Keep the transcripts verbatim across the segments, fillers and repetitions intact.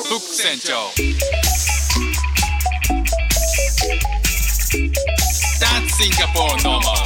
フック船長 That's Singapore normal。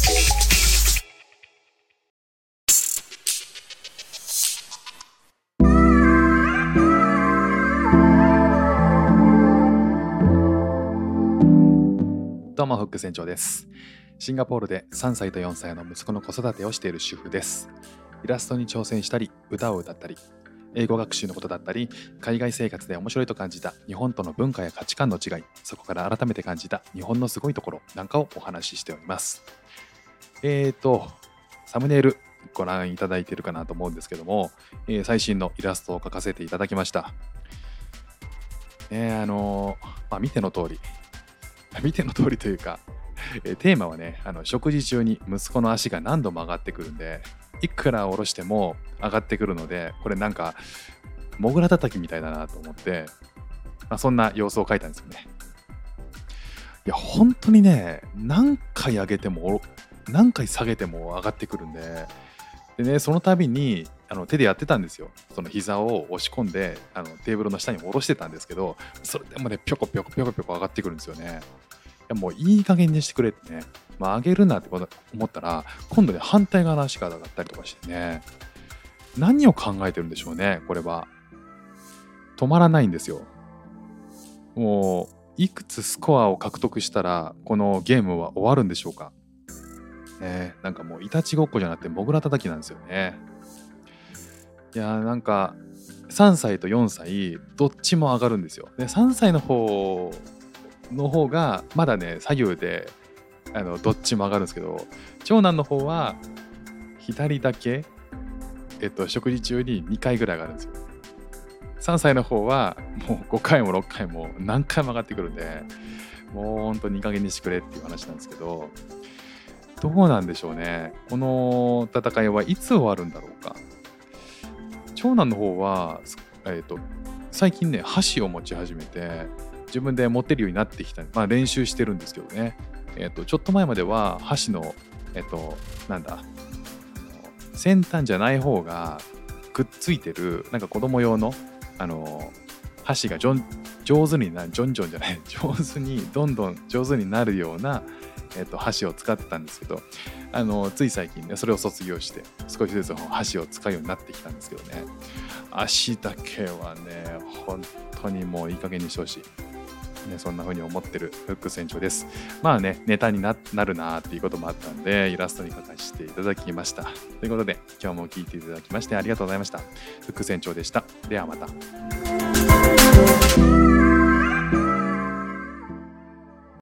どうもフック船長です。シンガポールでさんさいとよんさいの息子の子育てをしている主婦です。イラストに挑戦したり、歌を歌ったり、英語学習のことだったり、海外生活で面白いと感じた日本との文化や価値観の違い、そこから改めて感じた日本のすごいところなんかをお話ししております。えーと、サムネイルご覧いただいているかなと思うんですけども、えー最新のイラストを描かせていただきました。ね、あのーまあ、見ての通り、見ての通りというか、えーテーマはね、あの食事中に息子の足が何度も上がってくるんで、いくら下ろしても上がってくるので、これなんかモグラ叩きみたいだなと思って、まあ、そんな様子を描いたんですよね。いや本当にね、何回上げても何回下げても上がってくるんで、でね、その度にあの手でやってたんですよ。その膝を押し込んであのテーブルの下に下ろしてたんですけど、それでもねぴょこぴょこぴょこぴょこ上がってくるんですよね。いやもういい加減にしてくれってね、まあ、上げるなって思ったら今度ね反対側の足が上がったりとかしてね、何を考えてるんでしょうね。これは止まらないんですよ。もういくつスコアを獲得したらこのゲームは終わるんでしょうかね。なんかもういたちごっこじゃなくてモグラ叩きなんですよね。いやーなんかさんさいとよんさいどっちも上がるんですよ。でさんさいの方の方がまだね左右であのどっちも上がるんですけど、長男の方は左だけ、えっと、食事中ににかいぐらい上がるんですよ。さんさいの方はもうごかいもろっかいも何回も上がってくるんで、もうほんといい加減にしてくれっていう話なんですけど、どうなんでしょうね。この戦いはいつ終わるんだろうか。長男の方は、えっと、最近ね箸を持ち始めて自分で持ってるようになってきた、まあ、練習してるんですけどね、えっと、ちょっと前までは箸の、えっと、なんだ先端じゃない方がくっついてるなんか子供用のあの箸がじょん上手になるジョンジョンじゃない上手にどんどん上手になるような、えっと、箸を使ってたんですけど、あのつい最近ねそれを卒業して少しずつ箸を使うようになってきたんですけどね、足だけはね本当にもういい加減にしてほしい。ね、そんな風に思ってるフック船長です。まあね、ネタに な, なるなっていうこともあったんで、イラストに描かせていただきました。ということで、今日も聞いていただきましてありがとうございました。フック船長でした。ではまた。